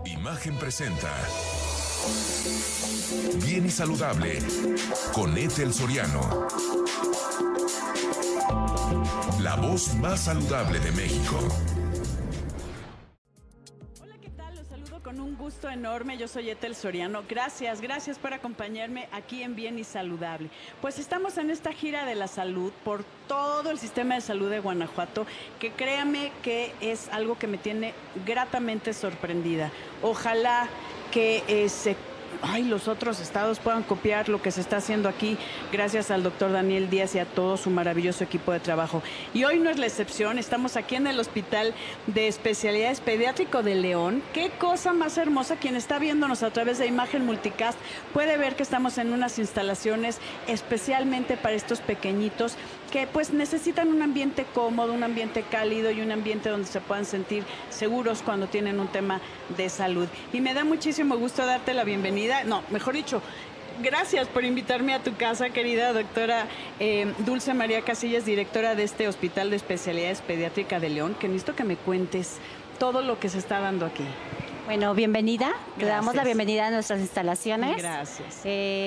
Imagen presenta Bien y Saludable con Ethel Soriano, la voz más saludable de México. Hola, ¿qué tal? Los saludo con un gusto enorme. Yo soy Ethel Soriano. Gracias por acompañarme aquí en Bien y Saludable. Pues estamos en esta gira de la salud por todo el sistema de salud de Guanajuato, que créame que es algo que me tiene gratamente sorprendida. Ojalá que los otros estados puedan copiar lo que se está haciendo aquí, gracias al doctor Daniel Díaz y a todo su maravilloso equipo de trabajo. Y hoy no es la excepción, estamos aquí en el Hospital de Especialidades Pediátrico de León. Qué cosa más hermosa. Quien está viéndonos a través de Imagen Multicast puede ver que estamos en unas instalaciones especialmente para estos pequeñitos que pues necesitan un ambiente cómodo, un ambiente cálido y un ambiente donde se puedan sentir seguros cuando tienen un tema de salud. Y me da muchísimo gusto darte la bienvenida, mejor dicho, gracias por invitarme a tu casa, querida doctora Dulce María Casillas, directora de este Hospital de Especialidades Pediátrica de León, que necesito que me cuentes todo lo que se está dando aquí. Bueno, bienvenida. Te damos la bienvenida a nuestras instalaciones. Gracias.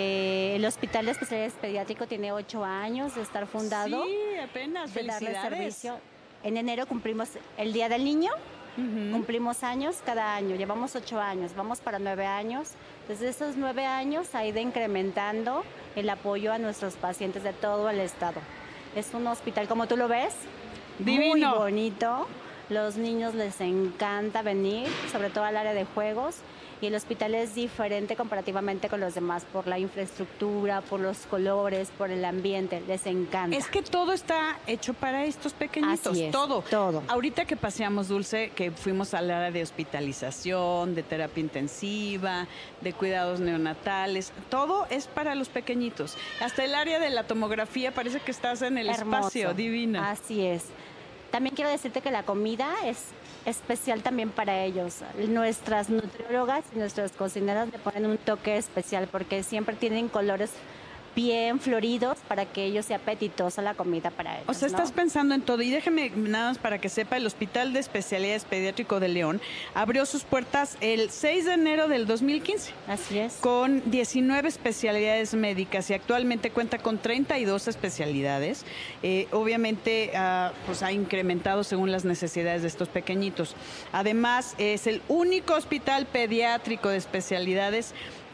El Hospital de Especialidades Pediátrico tiene 8 años de estar fundado. Sí, apenas. De darle Felicidades. servicio. En enero cumplimos el Día del Niño. Cumplimos años cada año. Llevamos 8 años. Vamos para 9 años. Desde esos 9 años ha ido incrementando el apoyo a nuestros pacientes de todo el estado. Es un hospital, como tú lo ves, divino, muy bonito. Los niños les encanta venir, sobre todo al área de juegos, y el hospital es diferente comparativamente con los demás por la infraestructura, por los colores, por el ambiente, les encanta. Es que todo está hecho para estos pequeñitos. Así es, todo. Ahorita que paseamos, Dulce, que fuimos al área de hospitalización, de terapia intensiva, de cuidados neonatales, todo es para los pequeñitos. Hasta el área de la tomografía parece que estás en el espacio, divina. Así es. También quiero decirte que la comida es especial también para ellos. Nuestras nutriólogas y nuestras cocineras le ponen un toque especial porque siempre tienen colores bien floridos para que ellos sea apetitosa la comida para ellos. O sea, estás pensando en todo. Y déjeme nada más para que sepa, el Hospital de Especialidades Pediátrico de León abrió sus puertas el 6 de enero del 2015. Así es. Con 19 especialidades médicas y actualmente cuenta con 32 especialidades. Obviamente, pues ha incrementado según las necesidades de estos pequeñitos. Además, es el único hospital pediátrico de especialidades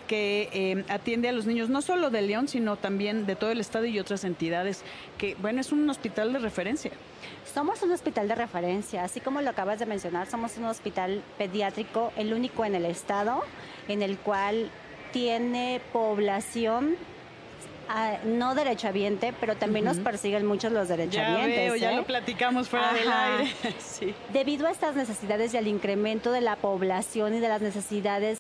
que atiende a los niños, no solo de León, sino también de todo el estado y otras entidades, que, bueno, es un hospital de referencia. Somos un hospital de referencia, así como lo acabas de mencionar, somos un hospital pediátrico, el único en el estado, en el cual tiene población no derechohabiente, pero también nos persiguen muchos los derechohabientes. Ya veo, ya lo platicamos fuera del aire. Sí. Debido a estas necesidades y al incremento de la población y de las necesidades,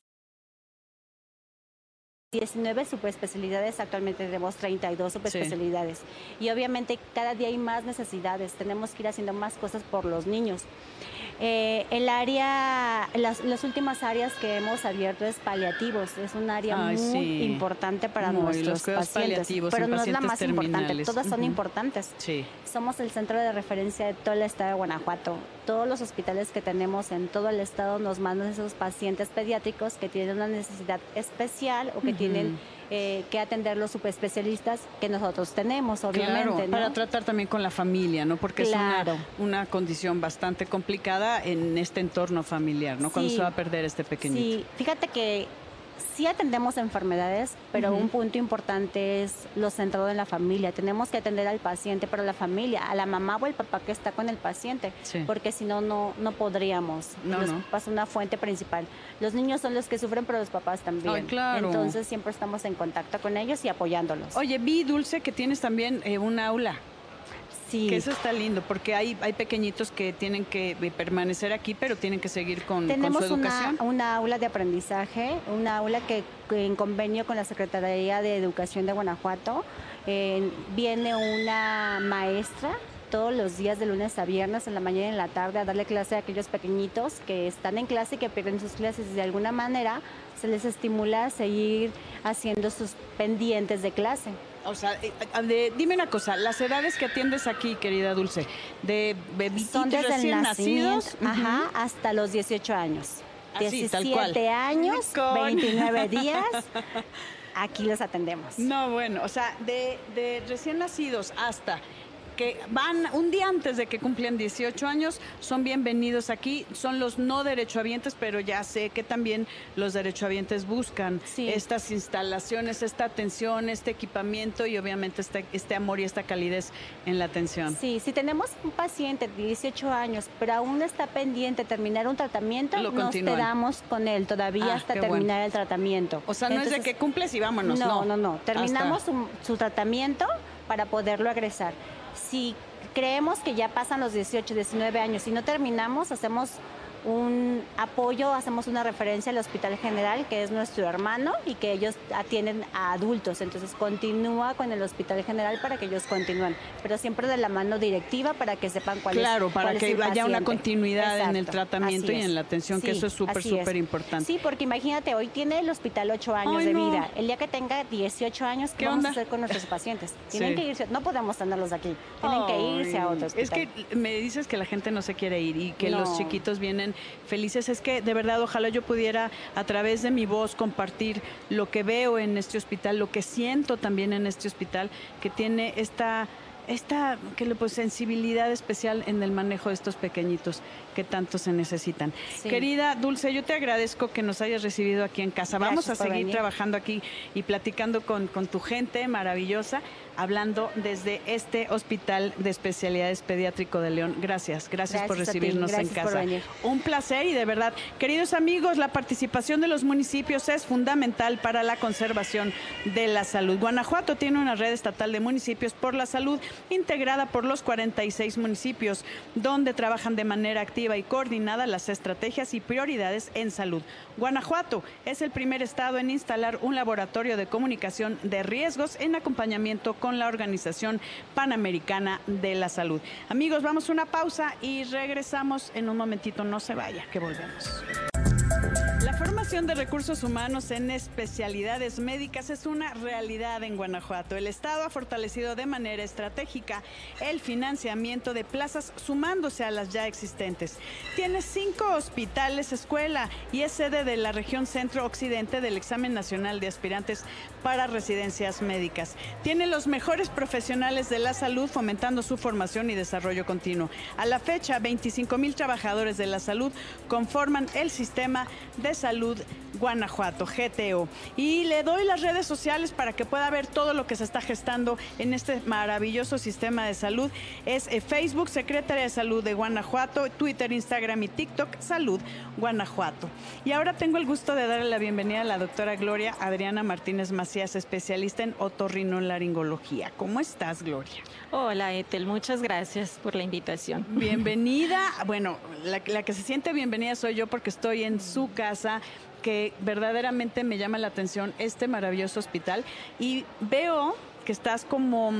19 subespecialidades, actualmente tenemos 32 subespecialidades. Sí. Y obviamente cada día hay más necesidades, tenemos que ir haciendo más cosas por los niños. El área, las últimas áreas que hemos abierto es paliativos, es un área muy importante para nuestros pacientes, pero no es la más importante, todas son importantes. Sí. Somos el centro de referencia de todo el estado de Guanajuato. Todos los hospitales que tenemos en todo el estado nos mandan esos pacientes pediátricos que tienen una necesidad especial o que tienen que atender los subespecialistas que nosotros tenemos, obviamente. Claro, ¿no? Para tratar también con la familia, ¿no? Porque es una condición bastante complicada en este entorno familiar, ¿no? Sí. Cuando se va a perder este pequeñito. Sí, fíjate que sí atendemos enfermedades, pero un punto importante es lo centrado en la familia. Tenemos que atender al paciente, pero a la familia, a la mamá o el papá que está con el paciente, porque si no, no podríamos. Pasa una fuente principal. Los niños son los que sufren, pero los papás también. Ay, claro. Entonces siempre estamos en contacto con ellos y apoyándolos. Oye, vi, Dulce, que tienes también un aula. Sí. Que eso está lindo, porque hay pequeñitos que tienen que permanecer aquí, pero tienen que seguir con su educación. Tenemos una aula de aprendizaje, una aula que en convenio con la Secretaría de Educación de Guanajuato, viene una maestra todos los días de lunes a viernes, en la mañana y en la tarde, a darle clase a aquellos pequeñitos que están en clase y que pierden sus clases, y de alguna manera se les estimula a seguir haciendo sus pendientes de clase. O sea, dime una cosa, las edades que atiendes aquí, querida Dulce, de bebitos son desde recién el nacimiento, nacidos hasta los 18 años. Así, tal cual. 17 años, Con- 29 días, aquí los atendemos. No, bueno, o sea, de recién nacidos hasta que van un día antes de que cumplen 18 años, son bienvenidos aquí, son los no derechohabientes, pero ya sé que también los derechohabientes buscan Sí. estas instalaciones, esta atención, este equipamiento y obviamente este amor y esta calidez en la atención. Sí, si tenemos un paciente de 18 años, pero aún está pendiente de terminar un tratamiento, Lo nos continúan. quedamos con él todavía hasta qué terminar bueno. el tratamiento. O sea, no es de Entonces, que cumples y vámonos, no. No. Terminamos Hasta- su tratamiento para poderlo egresar. Si creemos que ya pasan los 18, 19 años y no terminamos, hacemos un apoyo, hacemos una referencia al Hospital General, que es nuestro hermano, y que ellos atienden a adultos. Entonces continúa con el Hospital General para que ellos continúen, pero siempre de la mano directiva para que sepan cuál Claro, es para cuál es que el haya una paciente. continuidad en el Exacto, tratamiento así y es. en la atención, que Sí, eso es súper, así es. súper importante. Sí, porque imagínate, hoy tiene el hospital 8 años Ay, de no. vida. El día que tenga 18 años, ¿qué ¿Qué vamos onda? a hacer con nuestros pacientes? Tienen Sí. que irse, no podemos tenerlos aquí, tienen que irse a otro Es hospital. que me dices que la gente no se quiere ir y que No. los chiquitos vienen felices. Es que de verdad ojalá yo pudiera a través de mi voz compartir lo que veo en este hospital, lo que siento también en este hospital, que tiene esta sensibilidad especial en el manejo de estos pequeñitos que tanto se necesitan. Sí. Querida Dulce, yo te agradezco que nos hayas recibido aquí en casa. Vamos Gracias a por seguir venir. trabajando aquí y platicando con tu gente maravillosa, hablando desde este Hospital de Especialidades Pediátrico de León. Gracias por Gracias a ti, recibirnos en gracias por casa. venir. Un placer y de verdad, queridos amigos, la participación de los municipios es fundamental para la conservación de la salud. Guanajuato tiene una red estatal de municipios por la salud integrada por los 46 municipios, donde trabajan de manera activa y coordinada las estrategias y prioridades en salud. Guanajuato es el primer estado en instalar un laboratorio de comunicación de riesgos en acompañamiento con la Organización Panamericana de la Salud. Amigos, vamos a una pausa y regresamos en un momentito. No se vaya, que volvemos. La formación de recursos humanos en especialidades médicas es una realidad en Guanajuato. El Estado ha fortalecido de manera estratégica el financiamiento de plazas sumándose a las ya existentes. Tiene 5 hospitales escuela y es sede de la región centro-occidente del examen nacional de aspirantes para residencias médicas. Tiene los mejores profesionales de la salud fomentando su formación y desarrollo continuo. A la fecha, 25,000 trabajadores de la salud conforman el sistema de salud Guanajuato, GTO. Y le doy las redes sociales para que pueda ver todo lo que se está gestando en este maravilloso sistema de salud. Es Facebook, Secretaría de Salud de Guanajuato, Twitter, Instagram y TikTok, Salud Guanajuato. Y ahora tengo el gusto de darle la bienvenida a la doctora Gloria Adriana Martínez Macías, especialista en otorrinolaringología. ¿Cómo estás, Gloria? Hola, Ethel, muchas gracias por la invitación. Bienvenida. Bueno, la que se siente bienvenida soy yo porque estoy en su casa, que verdaderamente me llama la atención este maravilloso hospital y veo que estás como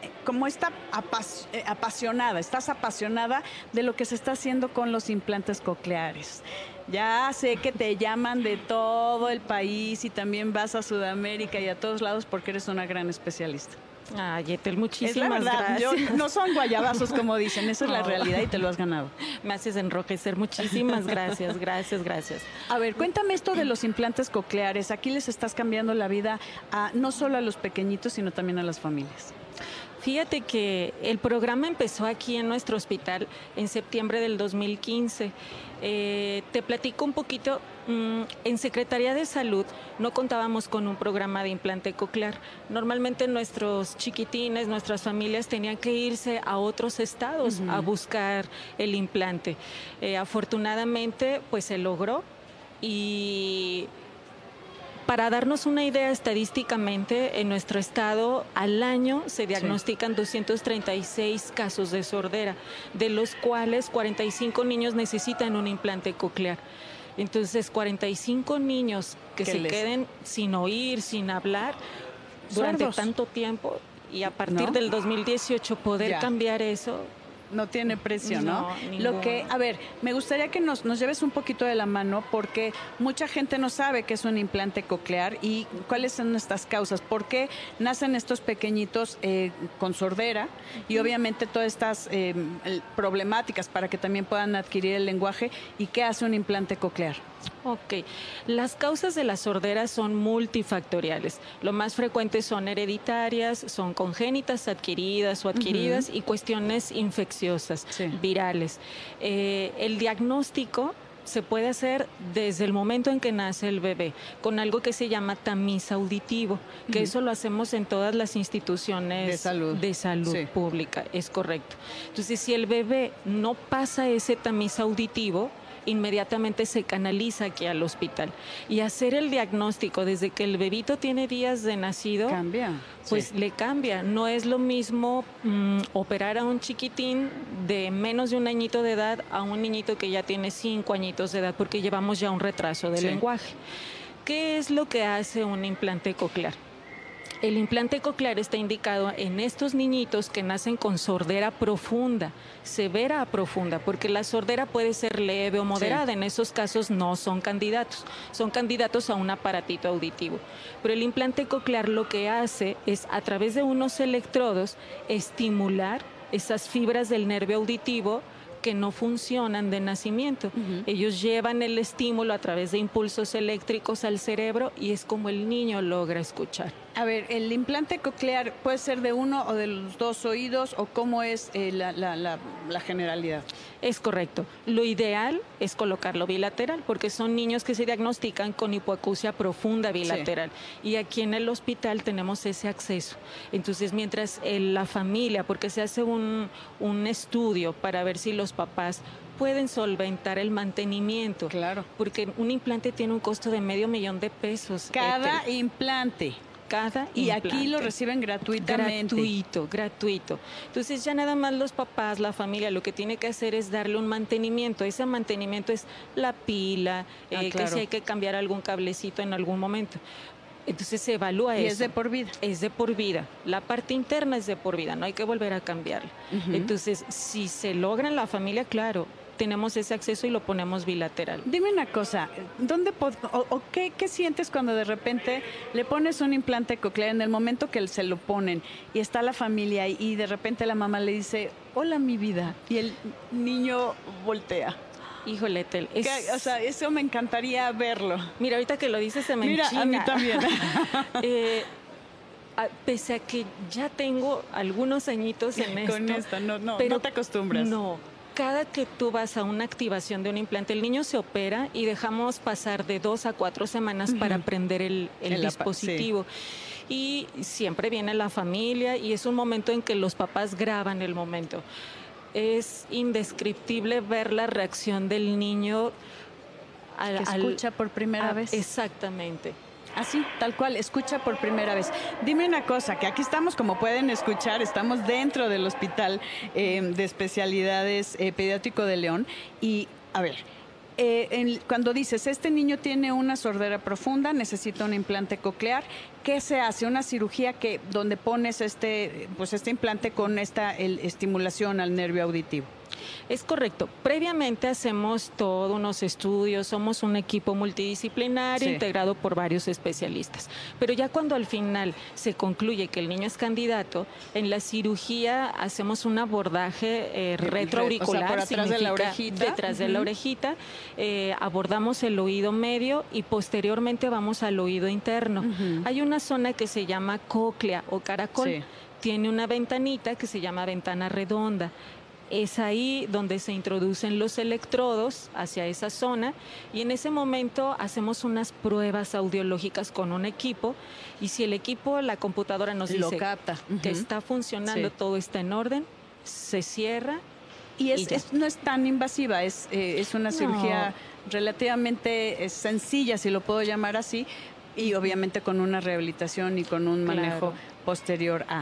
apasionada, estás apasionada de lo que se está haciendo con los implantes cocleares. Ya sé que te llaman de todo el país y también vas a Sudamérica y a todos lados porque eres una gran especialista. Ay, Ethel, Es la muchísimas verdad, gracias. no son guayabazos como dicen, esa es la No. realidad y te lo has ganado. Me haces enrojecer. Muchísimas gracias, gracias. A ver, cuéntame esto de los implantes cocleares. Aquí les estás cambiando la vida no solo a los pequeñitos, sino también a las familias. Fíjate que el programa empezó aquí en nuestro hospital en septiembre del 2015. Te platico un poquito. En Secretaría de Salud no contábamos con un programa de implante coclear. Normalmente nuestros chiquitines, nuestras familias tenían que irse a otros estados a buscar el implante. Afortunadamente, pues se logró y para darnos una idea estadísticamente, en nuestro estado al año se diagnostican 236 casos de sordera, de los cuales 45 niños necesitan un implante coclear. Entonces, 45 niños que se queden sin oír, sin hablar durante Sordos. tanto tiempo y a partir ¿No? del 2018 poder Ya. cambiar eso. No tiene precio, ¿no? No, Lo que, ninguno. a ver, me gustaría que nos lleves un poquito de la mano porque mucha gente no sabe qué es un implante coclear y cuáles son estas causas. ¿Por qué nacen estos pequeñitos con sordera? Y obviamente todas estas problemáticas para que también puedan adquirir el lenguaje. ¿Y qué hace un implante coclear? Ok, las causas de la sordera son multifactoriales. Lo más frecuente son hereditarias, son congénitas, adquiridas o adquiridas y cuestiones infecciosas, virales. El diagnóstico se puede hacer desde el momento en que nace el bebé, con algo que se llama tamiz auditivo, que eso lo hacemos en todas las instituciones de salud pública, es correcto. Entonces, si el bebé no pasa ese tamiz auditivo, inmediatamente se canaliza aquí al hospital. Y hacer el diagnóstico desde que el bebito tiene días de nacido, pues le cambia. No es lo mismo operar a un chiquitín de menos de un añito de edad a un niñito que ya tiene 5 añitos de edad, porque llevamos ya un retraso del lenguaje. ¿Qué es lo que hace un implante coclear? El implante coclear está indicado en estos niñitos que nacen con sordera profunda, severa a profunda, porque la sordera puede ser leve o moderada. En esos casos no son candidatos a un aparatito auditivo. Pero el implante coclear lo que hace es, a través de unos electrodos, estimular esas fibras del nervio auditivo que no funcionan de nacimiento. Ellos llevan el estímulo a través de impulsos eléctricos al cerebro y es como el niño logra escuchar. A ver, ¿el implante coclear puede ser de uno o de los dos oídos o cómo es la generalidad? Es correcto. Lo ideal es colocarlo bilateral porque son niños que se diagnostican con hipoacusia profunda bilateral y aquí en el hospital tenemos ese acceso. Entonces, mientras la familia, porque se hace un estudio para ver si los papás pueden solventar el mantenimiento. Claro. Porque un implante tiene un costo de $500,000 cada implante. Y aquí lo reciben gratuitamente. Gratuito. Entonces ya nada más los papás, la familia, lo que tiene que hacer es darle un mantenimiento. Ese mantenimiento es la pila, que si hay que cambiar algún cablecito en algún momento. Entonces se evalúa eso. Y es de por vida. Es de por vida. La parte interna es de por vida, no hay que volver a cambiarla. Entonces, si se logra en la familia, claro, tenemos ese acceso y lo ponemos bilateral. Dime una cosa, ¿qué sientes cuando de repente le pones un implante coclear en el momento que se lo ponen y está la familia y de repente la mamá le dice, hola mi vida, y el niño voltea? Híjole, Tel. O sea, eso me encantaría verlo. Mira, ahorita que lo dices se me enchina. Mira, a mí también. Pese a que ya tengo algunos añitos en esto. Con esto, no te acostumbras. No. Cada que tú vas a una activación de un implante, el niño se opera y dejamos pasar de 2 a 4 semanas para prender el dispositivo. Y siempre viene la familia y es un momento en que los papás graban el momento. Es indescriptible ver la reacción del niño que escucha por primera vez. Exactamente. Así, tal cual, escucha por primera vez. Dime una cosa, que aquí estamos, como pueden escuchar, estamos dentro del Hospital de Especialidades Pediátrico de León. Y, a ver, cuando dices, este niño tiene una sordera profunda, necesita un implante coclear, ¿qué se hace? Una cirugía donde pones este implante con esta estimulación al nervio auditivo. Es correcto. Previamente hacemos todos unos estudios, somos un equipo multidisciplinario integrado por varios especialistas. Pero ya cuando al final se concluye que el niño es candidato, en la cirugía hacemos un abordaje retroauricular. O sea, por atrás de la orejita. Detrás de la orejita, abordamos el oído medio y posteriormente vamos al oído interno. Hay una zona que se llama cóclea o caracol. Tiene una ventanita que se llama ventana redonda. Es ahí donde se introducen los electrodos hacia esa zona y en ese momento hacemos unas pruebas audiológicas con un equipo y si el equipo, la computadora nos dice que está funcionando, todo está en orden, se cierra. Y no es tan invasiva, es una cirugía relativamente sencilla, si lo puedo llamar así, y obviamente con una rehabilitación y con un manejo posterior a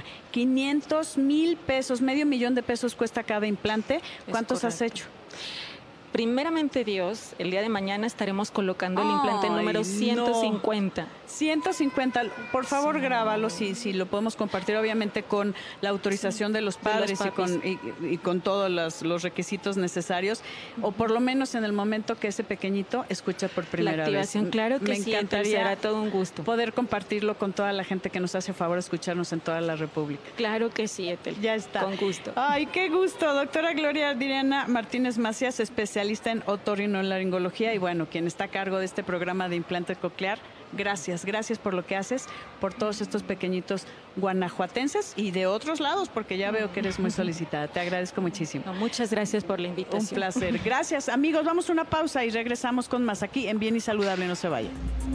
500,000 pesos, $500,000 cuesta cada implante. ¿Cuántos has hecho? Primeramente Dios, el día de mañana estaremos colocando el implante número 150. 150, por favor grábalo si lo podemos compartir, obviamente con la autorización de los padres y con todos los requisitos necesarios, o por lo menos en el momento que ese pequeñito escucha por primera vez. La activación, claro que sí, encantaría, será todo un gusto. Poder compartirlo con toda la gente que nos hace favor de escucharnos en toda la República. Claro que sí, Ethel. Ya está. Con gusto. Ay, qué gusto. Doctora Gloria Adriana Martínez Macías, especialista especialista en otorrinolaringología y bueno, quien está a cargo de este programa de implante coclear. Gracias por lo que haces, por todos estos pequeñitos guanajuatenses y de otros lados, porque ya veo que eres muy solicitada. Te agradezco muchísimo. No, muchas gracias por la invitación. Un placer. Gracias, amigos. Vamos a una pausa y regresamos con más aquí en Bien y Saludable. No se vayan.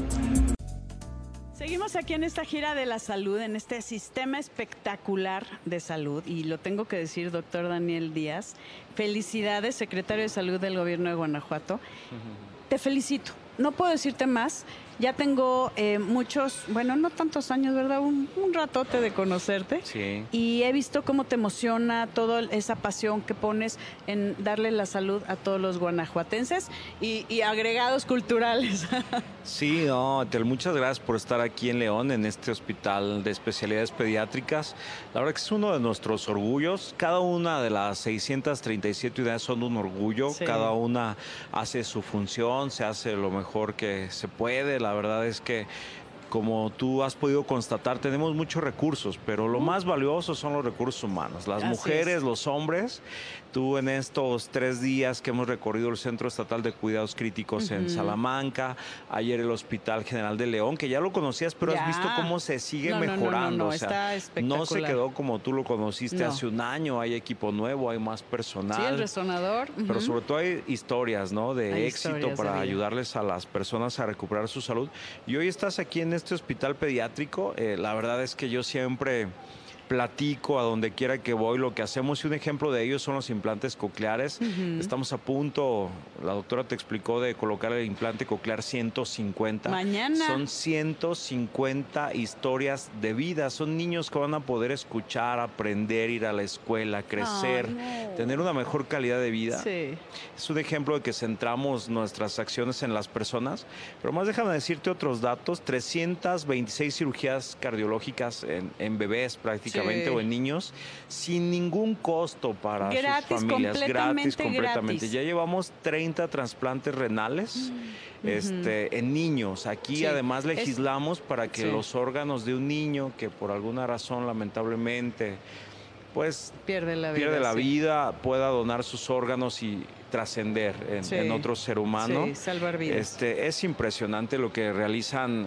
Seguimos aquí en esta gira de la salud, en este sistema espectacular de salud, y lo tengo que decir, doctor Daniel Díaz. Felicidades, secretario de Salud del Gobierno de Guanajuato. Te felicito. No puedo decirte más. Ya tengo muchos, bueno, no tantos años, ¿verdad? Un ratote de conocerte. Sí. Y he visto cómo te emociona toda esa pasión que pones en darle la salud a todos los guanajuatenses y agregados culturales. Sí, no, muchas gracias por estar aquí en León, en este hospital de especialidades pediátricas. La verdad que es uno de nuestros orgullos. Cada una de las 637 unidades son un orgullo. Sí. Cada una hace su función, se hace lo mejor que se puede. La verdad es que, como tú has podido constatar, tenemos muchos recursos, pero lo más valioso son los recursos humanos. Las mujeres, los hombres. Tú en estos 3 días que hemos recorrido el Centro Estatal de Cuidados Críticos en Salamanca, ayer el Hospital General de León, que ya lo conocías, pero has visto cómo se sigue mejorando. No, o sea, está espectacular. no se quedó como tú lo conociste hace un año, hay equipo nuevo, hay más personal. Sí, el resonador. Pero sobre todo hay historias, ¿no? De éxito para ayudarles a las personas a recuperar su salud. Y hoy estás aquí en este hospital pediátrico. La verdad es que yo siempre platico a donde quiera que voy lo que hacemos, y un ejemplo de ello son los implantes cocleares. Estamos a punto, la doctora te explicó, de colocar el implante coclear 150. Mañana. Son 150 historias de vida, son niños que van a poder escuchar, aprender, ir a la escuela, crecer, tener una mejor calidad de vida. Sí. Es un ejemplo de que centramos nuestras acciones en las personas, pero más déjame decirte otros datos: 326 cirugías cardiológicas en bebés prácticamente, o en niños, sin ningún costo para sus familias, gratis completamente. Ya llevamos 30 trasplantes renales en niños. Aquí además legislamos para que los órganos de un niño que por alguna razón lamentablemente pues pierde la vida, pueda donar sus órganos y trascender en otro ser humano. Sí, salvar vidas. Es impresionante lo que realizan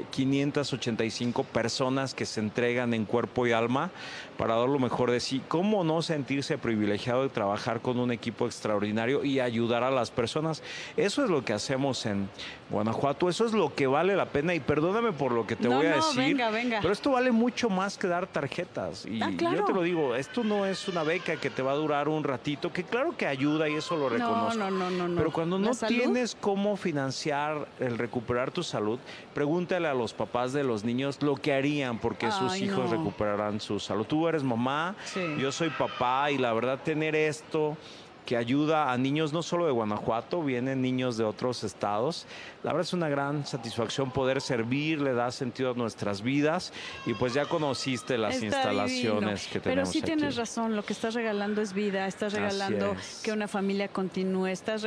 585 personas que se entregan en cuerpo y alma para dar lo mejor de sí. ¿Cómo no sentirse privilegiado de trabajar con un equipo extraordinario y ayudar a las personas? Eso es lo que hacemos en Guanajuato, eso es lo que vale la pena, y perdóname por lo que te voy a decir, venga. pero esto vale mucho más que dar tarjetas. Y claro. Yo te lo digo, esto no es una beca que te va a durar un ratito, que claro que ayuda y eso lo reconozco. No. Pero cuando no tienes cómo financiar el recuperar tu salud, pregúntale a los papás de los niños lo que harían porque sus hijos recuperaran su salud. Tú eres mamá, yo soy papá, y la verdad tener esto que ayuda a niños no solo de Guanajuato, vienen niños de otros estados. La verdad es una gran satisfacción poder servir, le da sentido a nuestras vidas, y pues ya conociste las instalaciones que tenemos. Pero sí aquí. Tienes razón, lo que estás regalando es vida, estás regalando que una familia continúe, estás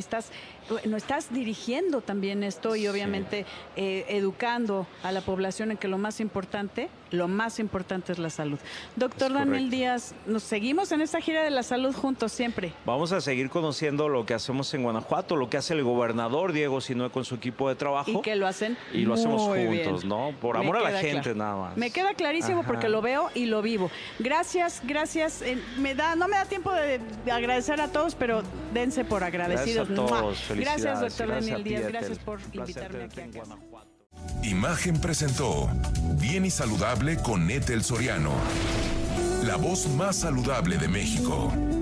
dirigiendo también esto y obviamente educando a la población en que lo más importante es la salud. Doctor Daniel Díaz, nos seguimos en esta gira de la salud juntos siempre. Vamos a seguir conociendo lo que hacemos en Guanajuato, lo que hace el gobernador Diego Sinue con su equipo de trabajo. Y que lo hacen y lo hacemos juntos, bien. ¿no? Por amor a la gente, nada más. Me queda clarísimo porque lo veo y lo vivo. Gracias. No me da tiempo de agradecer a todos, pero dense por agradecidos. Gracias a todos. Felicidades. Gracias, doctor Gracias Daniel Díaz. Etel. Gracias por invitarme aquí en Guanajuato. Imagen presentó Bien y Saludable con Etel Soriano, la voz más saludable de México.